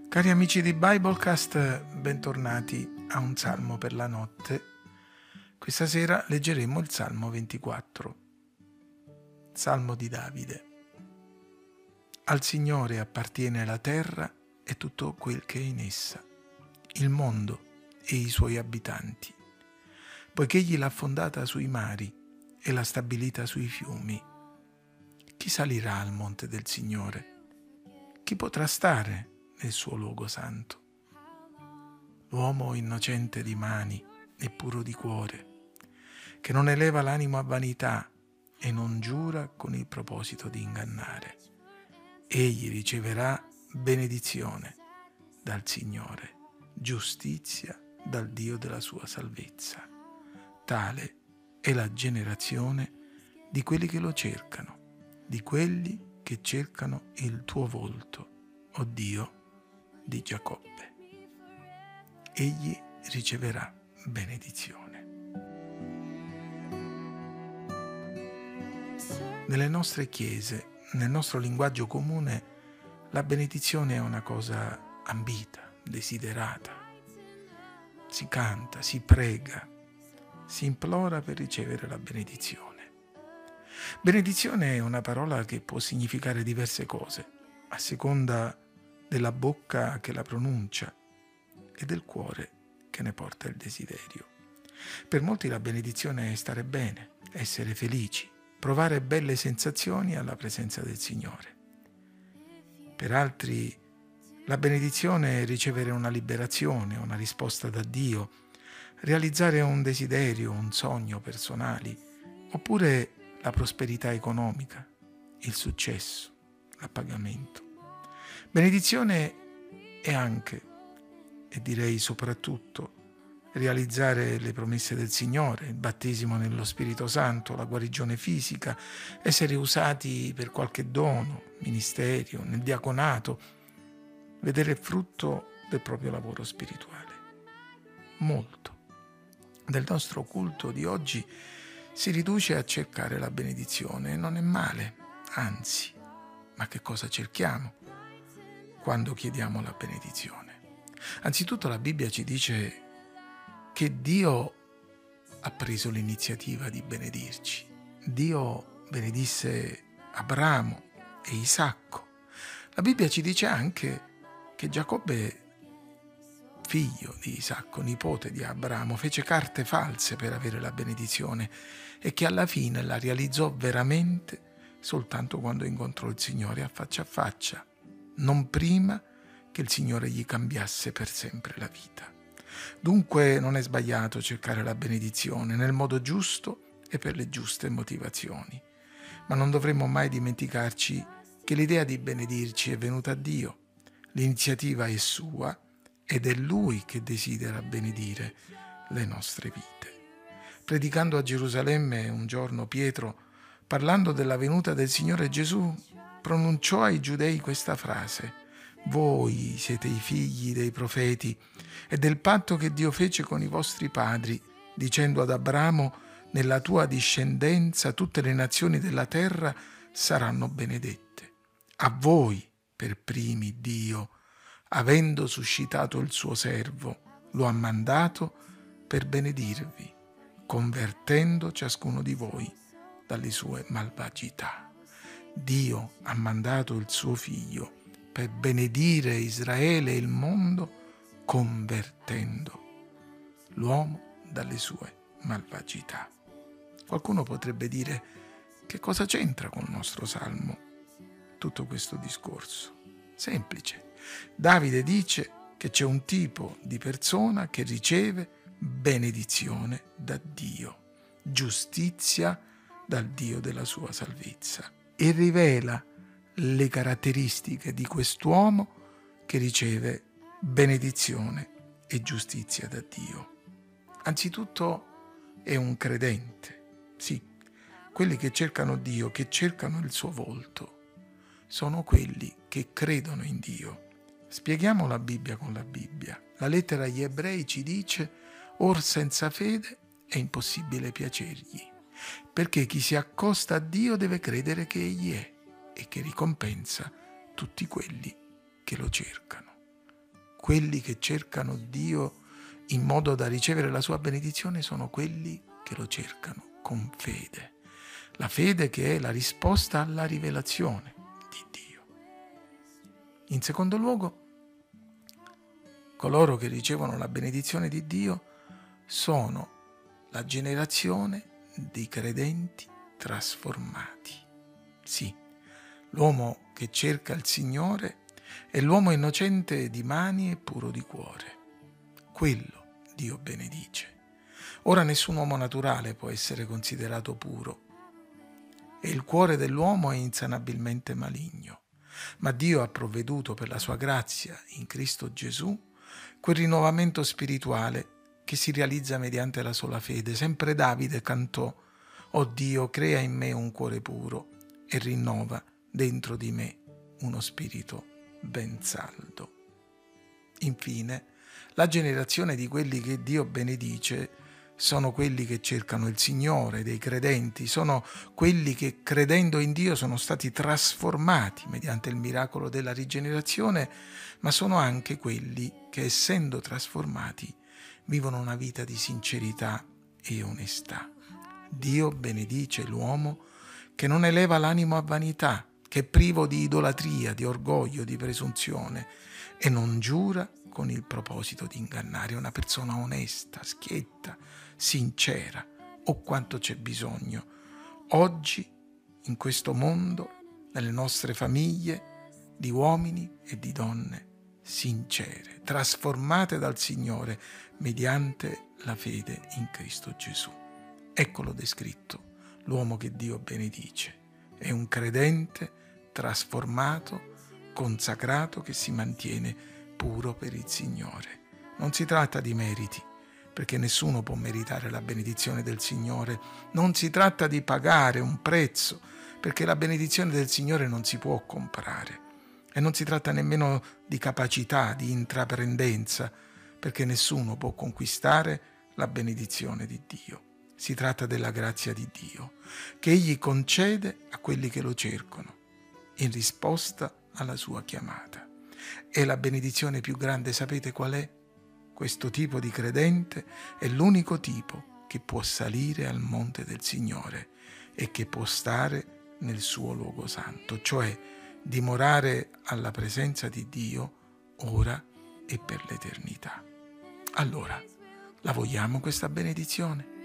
Cari amici di Biblecast, bentornati a un salmo per la notte. Questa sera leggeremo il Salmo 24, Salmo di Davide. Al Signore appartiene la terra e tutto quel che è in essa, il mondo e i suoi abitanti, poiché egli l'ha fondata sui mari e l'ha stabilita sui fiumi. Chi salirà al monte del Signore? Chi potrà stare nel suo luogo santo? L'uomo innocente di mani e puro di cuore, che non eleva l'animo a vanità e non giura con il proposito di ingannare. Egli riceverà benedizione dal Signore, giustizia dal Dio della sua salvezza. Tale è la generazione di quelli che lo cercano, di quelli che cercano il tuo volto, o Dio di Giacobbe. Egli riceverà benedizione. Nelle nostre chiese, nel nostro linguaggio comune, la benedizione è una cosa ambita, desiderata. Si canta, si prega, si implora per ricevere la benedizione. Benedizione è una parola che può significare diverse cose, a seconda della bocca che la pronuncia e del cuore che ne porta il desiderio. Per molti la benedizione è stare bene, essere felici, provare belle sensazioni alla presenza del Signore. Per altri la benedizione è ricevere una liberazione, una risposta da Dio, realizzare un desiderio, un sogno personali, oppure la prosperità economica, il successo, l'appagamento. Benedizione è anche, e direi soprattutto, realizzare le promesse del Signore, il battesimo nello Spirito Santo, la guarigione fisica, essere usati per qualche dono, ministero, nel diaconato, vedere il frutto del proprio lavoro spirituale. Molto del nostro culto di oggi si riduce a cercare la benedizione e non è male, anzi, ma che cosa cerchiamo quando chiediamo la benedizione? Anzitutto la Bibbia ci dice che Dio ha preso l'iniziativa di benedirci. Dio benedisse Abramo e Isacco. La Bibbia ci dice anche che Giacobbe, figlio di Isacco, nipote di Abramo, fece carte false per avere la benedizione e che alla fine la realizzò veramente soltanto quando incontrò il Signore a faccia, non prima che il Signore gli cambiasse per sempre la vita. Dunque non è sbagliato cercare la benedizione nel modo giusto e per le giuste motivazioni, ma non dovremmo mai dimenticarci che l'idea di benedirci è venuta da Dio. L'iniziativa è sua ed è Lui che desidera benedire le nostre vite. Predicando a Gerusalemme un giorno Pietro, parlando della venuta del Signore Gesù, pronunciò ai giudei questa frase: voi siete i figli dei profeti e del patto che Dio fece con i vostri padri, dicendo ad Abramo: nella tua discendenza tutte le nazioni della terra saranno benedette. A voi, per primi, Dio, avendo suscitato il suo servo, lo ha mandato per benedirvi, convertendo ciascuno di voi dalle sue malvagità. Dio ha mandato il suo figlio per benedire Israele e il mondo, convertendo l'uomo dalle sue malvagità. Qualcuno potrebbe dire: che cosa c'entra col nostro salmo tutto questo discorso? Semplice. Davide dice che c'è un tipo di persona che riceve benedizione da Dio, giustizia dal Dio della sua salvezza, e rivela le caratteristiche di quest'uomo che riceve benedizione e giustizia da Dio. Anzitutto è un credente, sì, quelli che cercano Dio, che cercano il suo volto, sono quelli che credono in Dio. Spieghiamo la Bibbia con la Bibbia. La lettera agli Ebrei ci dice: or senza fede è impossibile piacergli, perché chi si accosta a Dio deve credere che Egli è e che ricompensa tutti quelli che lo cercano. quelli che cercano Dio in modo da ricevere la sua benedizione sono quelli che lo cercano con fede. La fede che è la risposta alla rivelazione di Dio. In secondo luogo, coloro che ricevono la benedizione di Dio sono la generazione dei credenti trasformati. Sì, l'uomo che cerca il Signore è l'uomo innocente di mani e puro di cuore. Quello Dio benedice. Ora nessun uomo naturale può essere considerato puro e il cuore dell'uomo è insanabilmente maligno. Ma Dio ha provveduto per la sua grazia in Cristo Gesù quel rinnovamento spirituale che si realizza mediante la sola fede. Sempre Davide cantò: «O Dio, crea in me un cuore puro e rinnova dentro di me uno spirito ben saldo». Infine, la generazione di quelli che Dio benedice sono quelli che cercano il Signore, dei credenti, sono quelli che credendo in Dio sono stati trasformati mediante il miracolo della rigenerazione, ma sono anche quelli che, essendo trasformati, vivono una vita di sincerità e onestà. Dio benedice l'uomo che non eleva l'animo a vanità, che è privo di idolatria, di orgoglio, di presunzione e non giura con il proposito di ingannare. Una persona onesta, schietta, sincera, o quanto c'è bisogno oggi in questo mondo, nelle nostre famiglie, di uomini e di donne sincere, trasformate dal Signore mediante la fede in Cristo Gesù. Eccolo descritto, l'uomo che Dio benedice. È un credente trasformato, consacrato, che si mantiene puro per il Signore. Non si tratta di meriti, perché nessuno può meritare la benedizione del Signore. Non si tratta di pagare un prezzo, perché la benedizione del Signore non si può comprare. E non si tratta nemmeno di capacità, di intraprendenza, perché nessuno può conquistare la benedizione di Dio. Si tratta della grazia di Dio, che Egli concede a quelli che lo cercano, in risposta alla sua chiamata. E la benedizione più grande, sapete qual è? Questo tipo di credente è l'unico tipo che può salire al monte del Signore e che può stare nel suo luogo santo, cioè dimorare alla presenza di Dio ora e per l'eternità. Allora, la vogliamo questa benedizione?